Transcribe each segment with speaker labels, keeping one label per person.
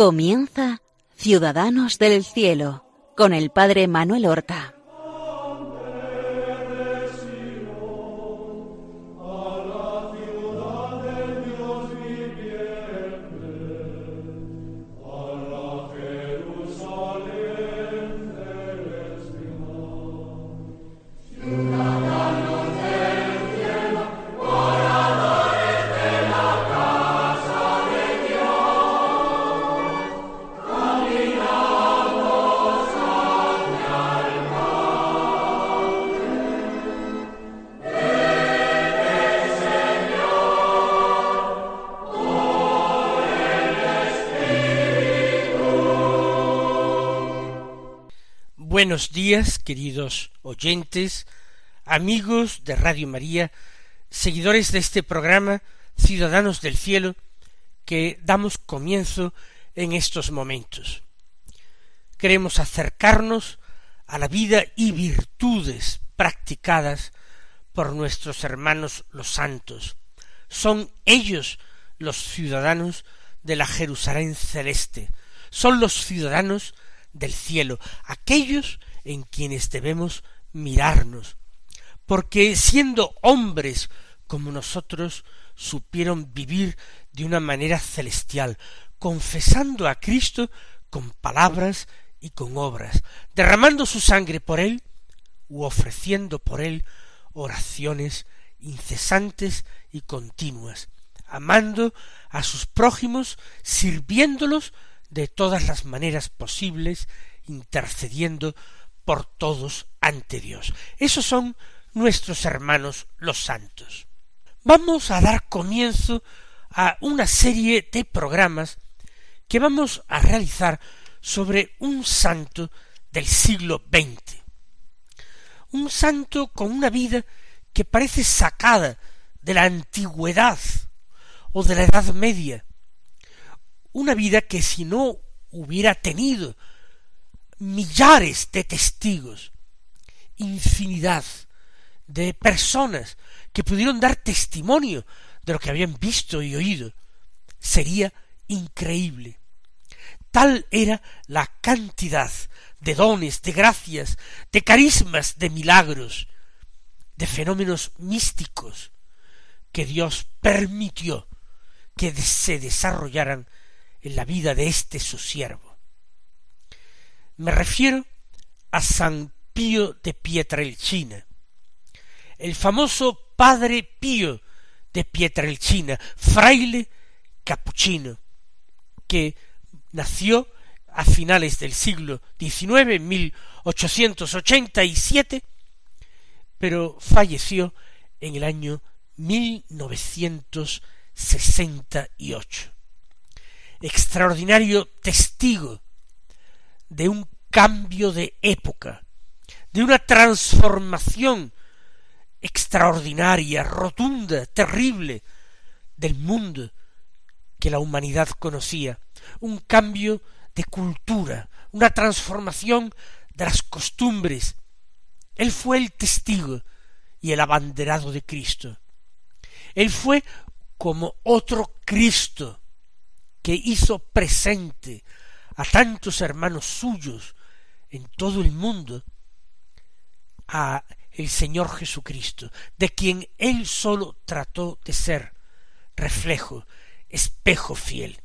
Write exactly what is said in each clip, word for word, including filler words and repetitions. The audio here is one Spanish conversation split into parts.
Speaker 1: Comienza Ciudadanos del Cielo con el Padre Manuel Horta.
Speaker 2: Buenos días, queridos oyentes, amigos de Radio María, seguidores de este programa Ciudadanos del Cielo, que damos comienzo en estos momentos. Queremos acercarnos a la vida y virtudes practicadas por nuestros hermanos los santos. Son ellos los ciudadanos de la Jerusalén celeste, son los ciudadanos del cielo, aquellos en quienes debemos mirarnos, porque siendo hombres como nosotros, supieron vivir de una manera celestial, confesando a Cristo con palabras y con obras, derramando su sangre por él, u ofreciendo por él oraciones incesantes y continuas, amando a sus prójimos, sirviéndolos de todas las maneras posibles, intercediendo por todos ante Dios. Esos son nuestros hermanos los santos. Vamos a dar comienzo a una serie de programas que vamos a realizar sobre un santo del siglo veinte. Un santo con una vida que parece sacada de la antigüedad o de la Edad Media, una vida que si no hubiera tenido millares de testigos, infinidad de personas que pudieron dar testimonio de lo que habían visto y oído, sería increíble. Tal era la cantidad de dones, de gracias, de carismas, de milagros, de fenómenos místicos que Dios permitió que se desarrollaran en la vida de este su siervo. Me refiero a San Pío de Pietrelcina, el famoso Padre Pío de Pietrelcina, fraile capuchino, que nació a finales del siglo diecinueve, en mil ochocientos ochenta y siete, pero falleció en el año mil novecientos sesenta y ocho. Extraordinario testigo de un cambio de época, de una transformación extraordinaria, rotunda, terrible del mundo que la humanidad conocía, un cambio de cultura, una transformación de las costumbres. Él fue el testigo y el abanderado de Cristo. Él fue como otro Cristo que hizo presente a tantos hermanos suyos en todo el mundo a el Señor Jesucristo, de quien él solo trató de ser reflejo, espejo fiel.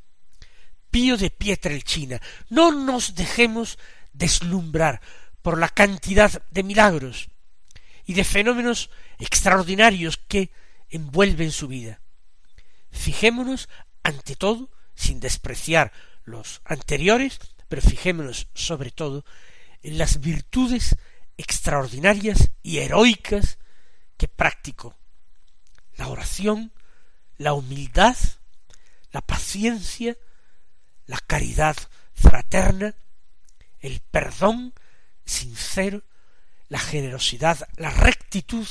Speaker 2: Pío de Pietrelcina, no nos dejemos deslumbrar por la cantidad de milagros y de fenómenos extraordinarios que envuelven su vida. Fijémonos ante todo, sin despreciar los anteriores, pero fijémonos sobre todo en las virtudes extraordinarias y heroicas que practicó: la oración, la humildad, la paciencia, la caridad fraterna, el perdón sincero, la generosidad, la rectitud.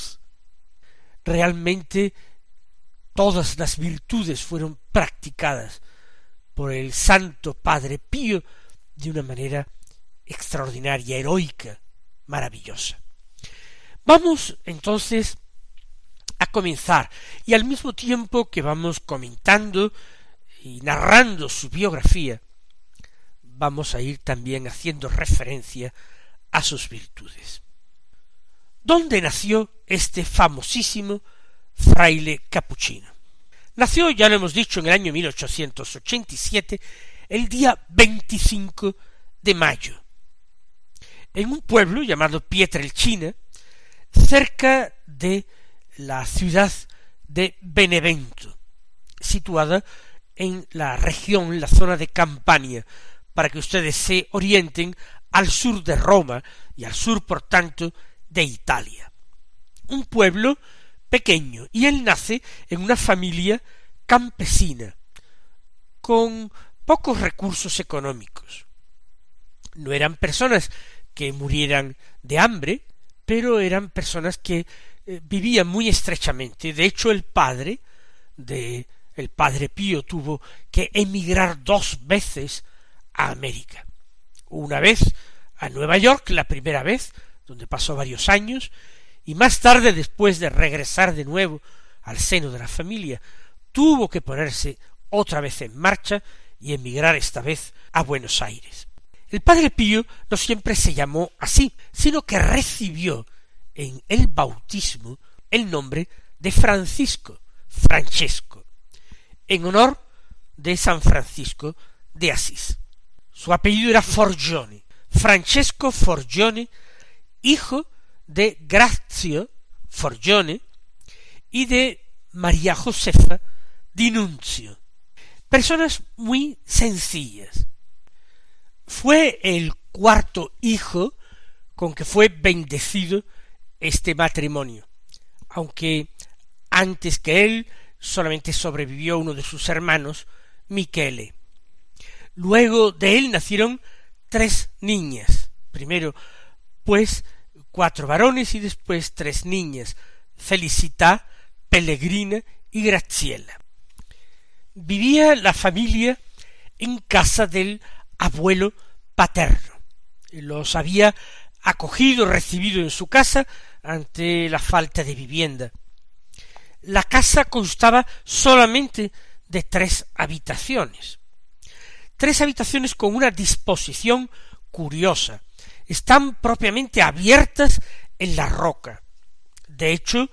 Speaker 2: Realmente todas las virtudes fueron practicadas por el Santo Padre Pío de una manera extraordinaria, heroica, maravillosa. Vamos entonces a comenzar, y al mismo tiempo que vamos comentando y narrando su biografía, vamos a ir también haciendo referencia a sus virtudes. ¿Dónde nació este famosísimo fraile capuchino? Nació, ya lo hemos dicho, en el año mil ochocientos ochenta y siete, el día veinticinco de mayo, en un pueblo llamado Pietrelcina, cerca de la ciudad de Benevento, situada en la región, la zona de Campania, para que ustedes se orienten, al sur de Roma y al sur, por tanto, de Italia. Un pueblo pequeño, y él nace en una familia campesina, con pocos recursos económicos. No eran personas que murieran de hambre, pero eran personas que eh, vivían muy estrechamente. De hecho, el padre de el padre Pío tuvo que emigrar dos veces a América. Una vez a Nueva York, la primera vez, donde pasó varios años, y más tarde, después de regresar de nuevo al seno de la familia, tuvo que ponerse otra vez en marcha y emigrar esta vez a Buenos Aires. El padre Pío no siempre se llamó así, sino que recibió en el bautismo el nombre de Francisco, Francesco, en honor de San Francisco de Asís. Su apellido era Forgione, Francesco Forgione, hijo de Grazio Forgione y de María Josefa di Nunzio. Personas muy sencillas. Fue el cuarto hijo con que fue bendecido este matrimonio, aunque antes que él solamente sobrevivió uno de sus hermanos, Michele. Luego de él nacieron tres niñas, primero pues cuatro varones y después tres niñas, Felicità, Pellegrina y Graziella. Vivía la familia en casa del abuelo paterno. Los había acogido, recibido en su casa ante la falta de vivienda. La casa constaba solamente de tres habitaciones. Tres habitaciones con una disposición curiosa. Están propiamente abiertas en la roca. De hecho,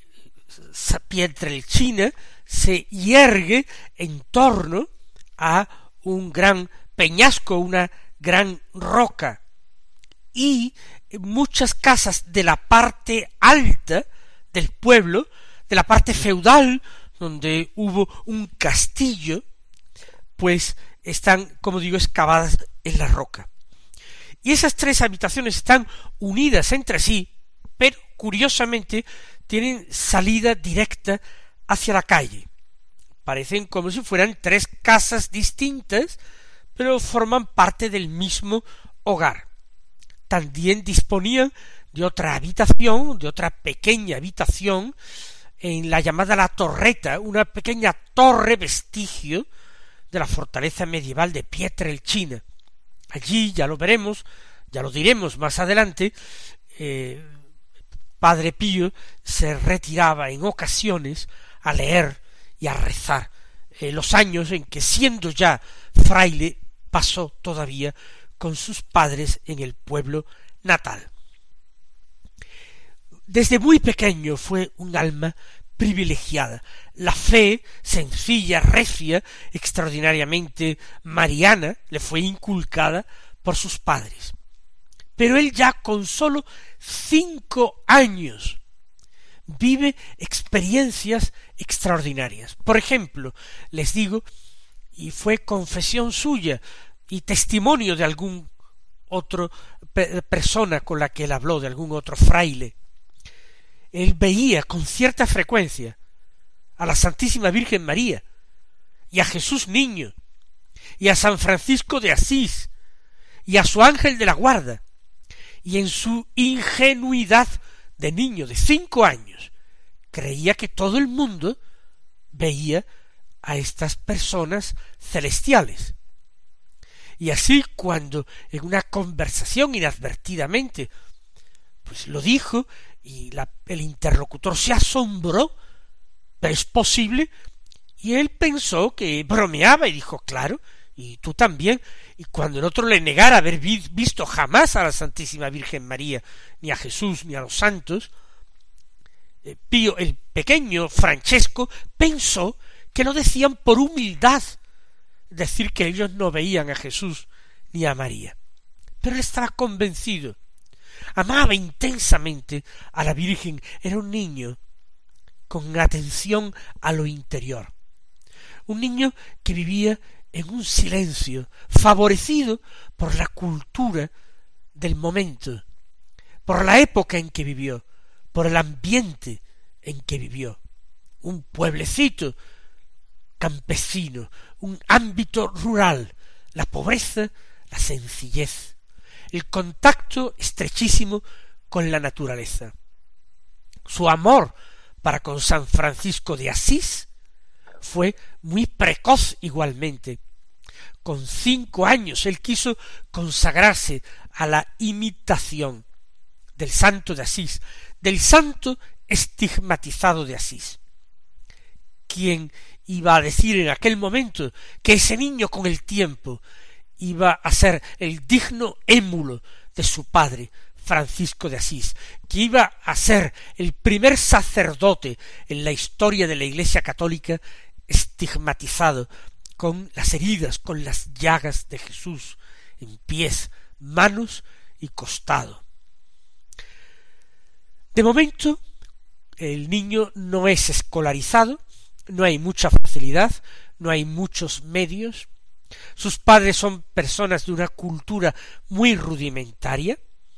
Speaker 2: Pietrelcina se yergue en torno a un gran peñasco, una gran roca, y muchas casas de la parte alta del pueblo, de la parte feudal, donde hubo un castillo, pues están, como digo, excavadas en la roca. Y esas tres habitaciones están unidas entre sí, pero curiosamente tienen salida directa hacia la calle. Parecen como si fueran tres casas distintas, pero forman parte del mismo hogar. También disponían de otra habitación, de otra pequeña habitación, en la llamada La Torreta, una pequeña torre vestigio de la fortaleza medieval de Pietrelcina. Allí, ya lo veremos, ya lo diremos más adelante, eh, Padre Pío se retiraba en ocasiones a leer y a rezar, eh, los años en que, siendo ya fraile, pasó todavía con sus padres en el pueblo natal. Desde muy pequeño fue un alma privilegiada. La fe sencilla, recia, extraordinariamente mariana, le fue inculcada por sus padres. Pero él ya con sólo cinco años vive experiencias extraordinarias. Por ejemplo, les digo, y fue confesión suya y testimonio de algún otro pe- persona con la que él habló, de algún otro fraile, él veía con cierta frecuencia a la Santísima Virgen María y a Jesús Niño y a San Francisco de Asís y a su ángel de la guarda, y en su ingenuidad de niño de cinco años creía que todo el mundo veía a estas personas celestiales. Y así, cuando en una conversación inadvertidamente pues lo dijo, y la, el interlocutor se asombró, pero es posible, y él pensó que bromeaba y dijo, claro, y tú también, y cuando el otro le negara haber vi visto jamás a la Santísima Virgen María, ni a Jesús, ni a los santos, eh, Pío, el pequeño Francesco, pensó que lo decían por humildad, decir que ellos no veían a Jesús ni a María. Pero él estaba convencido, amaba intensamente a la Virgen, era un niño con atención a lo interior, un niño que vivía en un silencio, favorecido por la cultura del momento, por la época en que vivió, por el ambiente en que vivió, un pueblecito campesino, un ámbito rural, la pobreza, la sencillez, el contacto estrechísimo con la naturaleza. Su amor para con San Francisco de Asís fue muy precoz igualmente. Con cinco años él quiso consagrarse a la imitación del santo de Asís, del santo estigmatizado de Asís. ¿Quién iba a decir en aquel momento que ese niño con el tiempo iba a ser el digno émulo de su padre, Francisco de Asís, que iba a ser el primer sacerdote en la historia de la Iglesia católica estigmatizado, con las heridas, con las llagas de Jesús en pies, manos y costado? De momento, el niño no es escolarizado, no hay mucha facilidad, no hay muchos medios, sus padres son personas de una cultura muy rudimentaria,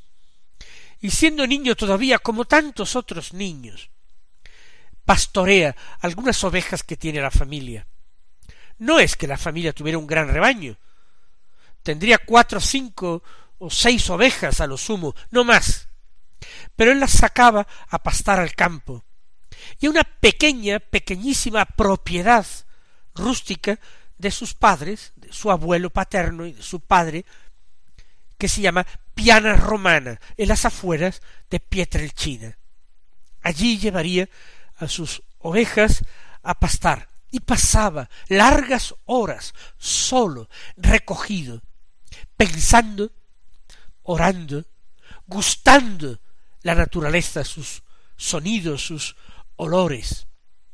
Speaker 2: y siendo niño todavía, como tantos otros niños, pastorea algunas ovejas que tiene la familia. No es que la familia tuviera un gran rebaño, tendría cuatro, cinco o seis ovejas a lo sumo, no más, pero él las sacaba a pastar al campo, y a una pequeña, pequeñísima propiedad rústica de sus padres, de su abuelo paterno y de su padre, que se llama Piana Romana, en las afueras de Pietrelcina. Allí llevaría a sus ovejas a pastar, y pasaba largas horas solo, recogido, pensando, orando, gustando la naturaleza, sus sonidos, sus olores,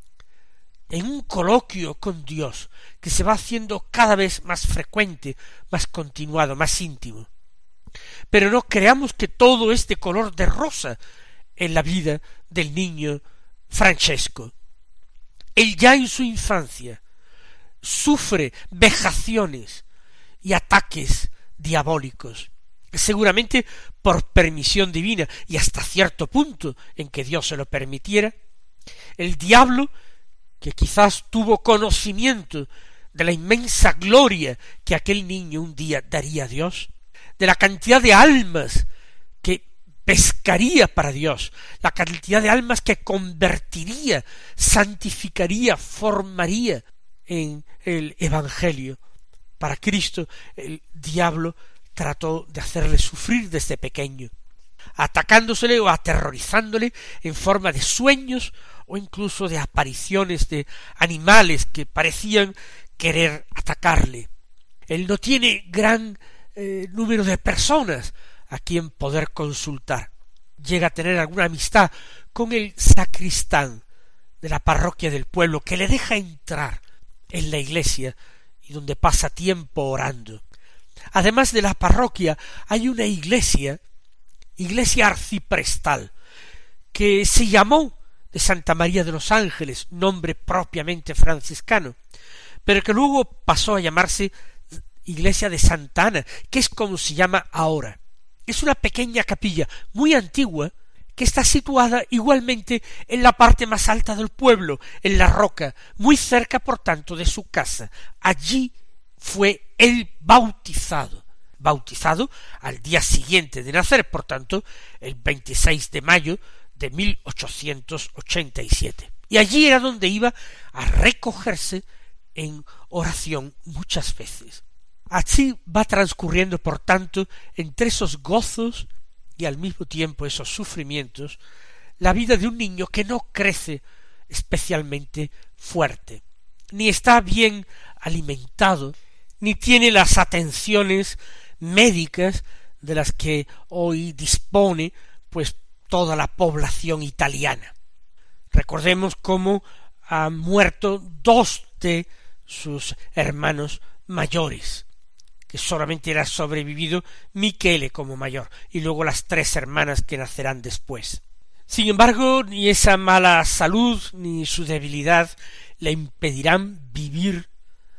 Speaker 2: en un coloquio con Dios que se va haciendo cada vez más frecuente, más continuado, más íntimo. Pero no creamos que todo es de color de rosa en la vida del niño Francesco. Él ya en su infancia sufre vejaciones y ataques diabólicos, seguramente por permisión divina y hasta cierto punto en que Dios se lo permitiera. El diablo, que quizás tuvo conocimiento de la inmensa gloria que aquel niño un día daría a Dios, de la cantidad de almas que pescaría para Dios, la cantidad de almas que convertiría, santificaría, formaría en el Evangelio para Cristo, el diablo trató de hacerle sufrir desde pequeño, atacándosele o aterrorizándole en forma de sueños o incluso de apariciones de animales que parecían querer atacarle. Él no tiene gran eh, número de personas a quien poder consultar. Llega a tener alguna amistad con el sacristán de la parroquia del pueblo, que le deja entrar en la iglesia y donde pasa tiempo orando. Además de la parroquia, hay una iglesia, iglesia arciprestal, que se llamó de Santa María de los Ángeles, nombre propiamente franciscano, pero que luego pasó a llamarse iglesia de Santa Ana, que es como se llama ahora. Es una pequeña capilla muy antigua que está situada igualmente en la parte más alta del pueblo, en la roca, muy cerca por tanto de su casa. Allí fue él bautizado, bautizado al día siguiente de nacer, por tanto, el veintiséis de mayo de mil ochocientos ochenta y siete. Y allí era donde iba a recogerse en oración muchas veces. Así va transcurriendo, por tanto, entre esos gozos y al mismo tiempo esos sufrimientos, la vida de un niño que no crece especialmente fuerte, ni está bien alimentado, ni tiene las atenciones médicas de las que hoy dispone pues toda la población italiana. Recordemos cómo han muerto dos de sus hermanos mayores, que solamente era sobrevivido Michele como mayor, y luego las tres hermanas que nacerán después. Sin embargo, ni esa mala salud ni su debilidad le impedirán vivir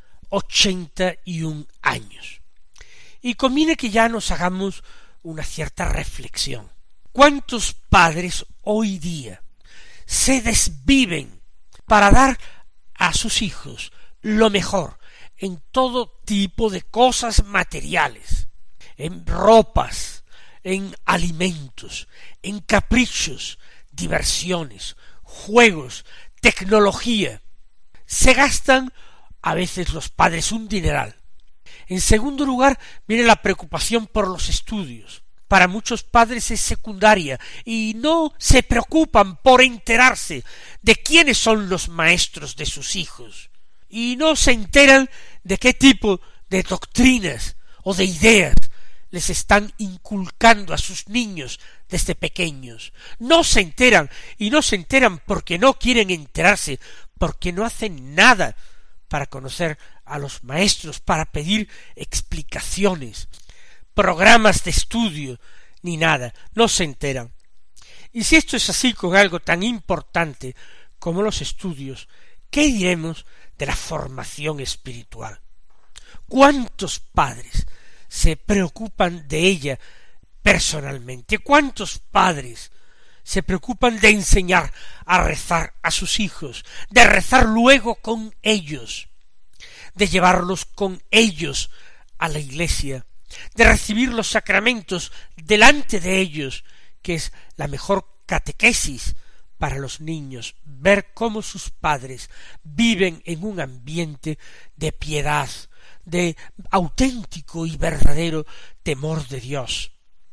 Speaker 2: ochenta y un años. Y conviene que ya nos hagamos una cierta reflexión. ¿Cuántos padres hoy día se desviven para dar a sus hijos lo mejor en todo tipo de cosas materiales, en ropas, en alimentos, en caprichos, diversiones, juegos, tecnología? Se gastan a veces los padres un dineral. En segundo lugar, viene la preocupación por los estudios. Para muchos padres es secundaria y no se preocupan por enterarse de quiénes son los maestros de sus hijos, y no se enteran de qué tipo de doctrinas o de ideas les están inculcando a sus niños desde pequeños. No se enteran, y no se enteran porque no quieren enterarse, porque no hacen nada para conocer a los maestros, para pedir explicaciones, programas de estudio, ni nada, no se enteran. Y si esto es así con algo tan importante como los estudios, ¿qué diremos de la formación espiritual? ¿Cuántos padres se preocupan de ella personalmente? ¿Cuántos padres se preocupan de enseñar a rezar a sus hijos, de rezar luego con ellos, de llevarlos con ellos a la iglesia, de recibir los sacramentos delante de ellos, que es la mejor catequesis para los niños, ver cómo sus padres viven en un ambiente de piedad, de auténtico y verdadero temor de Dios?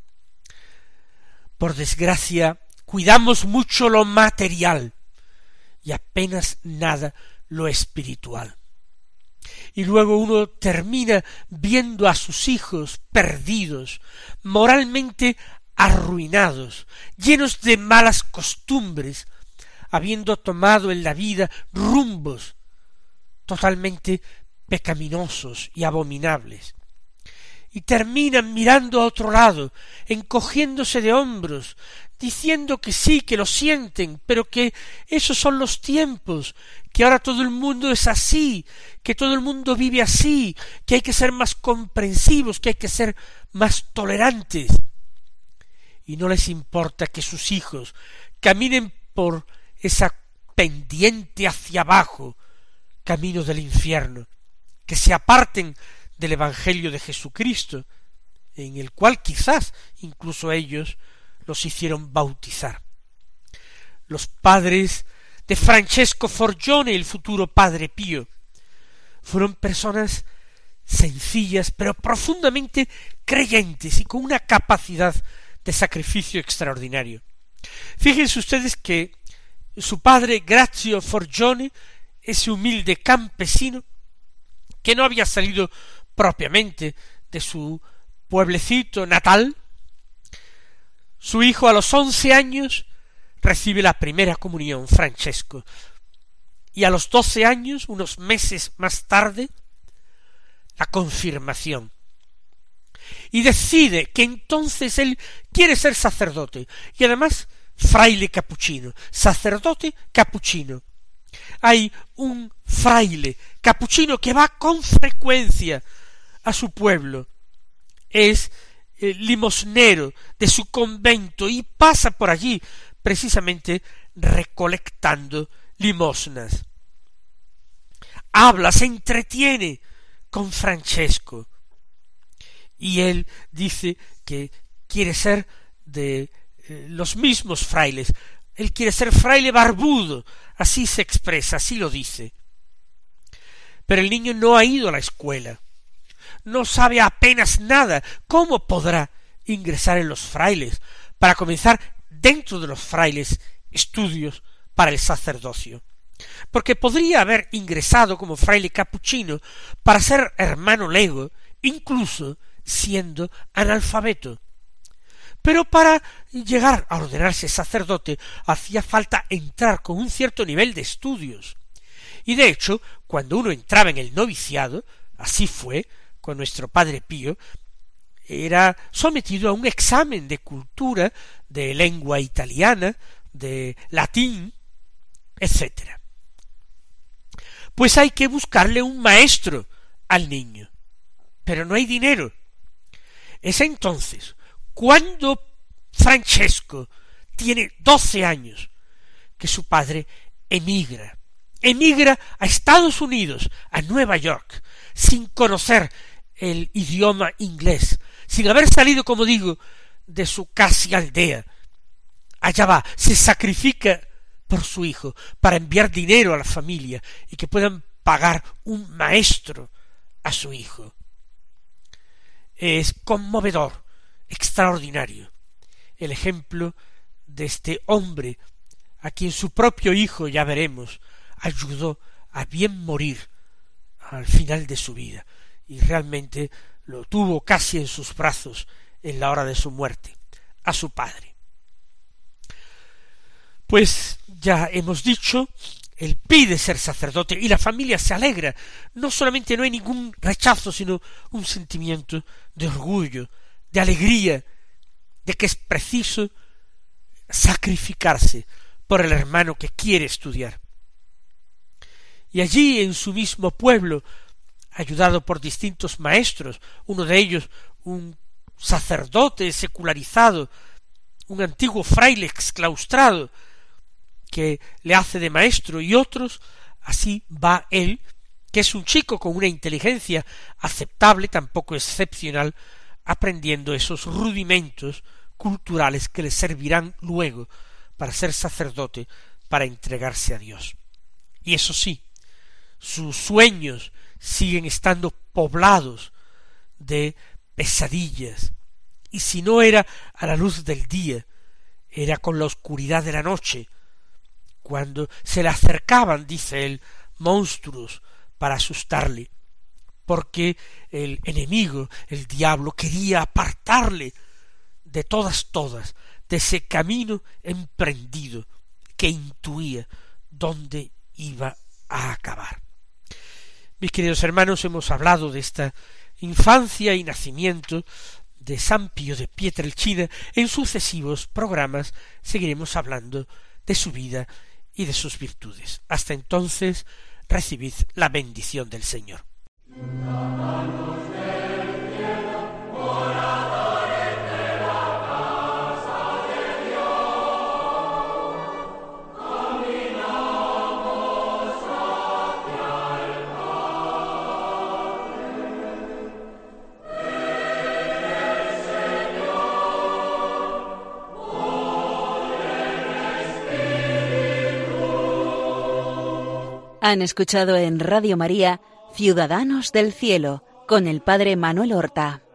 Speaker 2: Por desgracia, cuidamos mucho lo material y apenas nada lo espiritual. Y luego uno termina viendo a sus hijos perdidos, moralmente arruinados, llenos de malas costumbres, habiendo tomado en la vida rumbos totalmente pecaminosos y abominables. Y terminan mirando a otro lado, encogiéndose de hombros, diciendo que sí, que lo sienten, pero que esos son los tiempos, que ahora todo el mundo es así, que todo el mundo vive así, que hay que ser más comprensivos, que hay que ser más tolerantes. Y no les importa que sus hijos caminen por esa pendiente hacia abajo, camino del infierno, que se aparten del Evangelio de Jesucristo, en el cual quizás incluso ellos los hicieron bautizar. Los padres de Francesco Forgione, el futuro Padre Pío, fueron personas sencillas pero profundamente creyentes y con una capacidad de sacrificio extraordinario. Fíjense ustedes que su padre Grazio Forgione, ese humilde campesino que no había salido propiamente de su pueblecito natal, su hijo a los once años recibe la primera comunión, Francesco, y a los doce años, unos meses más tarde, la confirmación. Y decide que entonces él quiere ser sacerdote, y además fraile capuchino, sacerdote capuchino. Hay un fraile capuchino que va con frecuencia a su pueblo, es eh, limosnero de su convento y pasa por allí precisamente recolectando limosnas. Habla, se entretiene con Francesco, y él dice que quiere ser de eh, los mismos frailes. Él quiere ser fraile barbudo, así se expresa, así lo dice. Pero el niño no ha ido a la escuela, no sabe apenas nada. ¿Cómo podrá ingresar en los frailes para comenzar dentro de los frailes estudios para el sacerdocio? porque podría haber ingresado como fraile capuchino para ser hermano lego, incluso siendo analfabeto. Pero para llegar a ordenarse sacerdote hacía falta entrar con un cierto nivel de estudios. Y de hecho, cuando uno entraba en el noviciado, así fue con nuestro padre Pío, era sometido a un examen de cultura, de lengua italiana, de latín, etcétera. Pues hay que buscarle un maestro al niño, pero no hay dinero. Es entonces cuando Francesco tiene doce años que su padre emigra, emigra a Estados Unidos, a Nueva York, sin conocer el idioma inglés, sin haber salido, como digo, de su casi aldea. Allá va, se sacrifica por su hijo, para enviar dinero a la familia y que puedan pagar un maestro a su hijo. Es conmovedor, extraordinario, el ejemplo de este hombre a quien su propio hijo, ya veremos, ayudó a bien morir al final de su vida, y realmente lo tuvo casi en sus brazos en la hora de su muerte, a su padre. Pues ya hemos dicho, él pide ser sacerdote y la familia se alegra. No solamente no hay ningún rechazo, sino un sentimiento de orgullo, de alegría, de que es preciso sacrificarse por el hermano que quiere estudiar. Y allí, en su mismo pueblo, ayudado por distintos maestros, uno de ellos un sacerdote secularizado, un antiguo fraile exclaustrado, que le hace de maestro, y otros, así va él, que es un chico con una inteligencia aceptable, tampoco excepcional, aprendiendo esos rudimentos culturales que le servirán luego para ser sacerdote, para entregarse a Dios. Y eso sí, sus sueños siguen estando poblados de pesadillas, y si no era a la luz del día, era con la oscuridad de la noche, cuando se le acercaban, dice él, monstruos para asustarle, porque el enemigo, el diablo, quería apartarle de todas, todas, de ese camino emprendido que intuía dónde iba a acabar. Mis queridos hermanos, hemos hablado de esta infancia y nacimiento de San Pío de Pietrelcina. En sucesivos programas seguiremos hablando de su vida y de sus virtudes. Hasta entonces, recibid la bendición del Señor.
Speaker 1: Han escuchado en Radio María Ciudadanos del Cielo con el Padre Manuel Horta.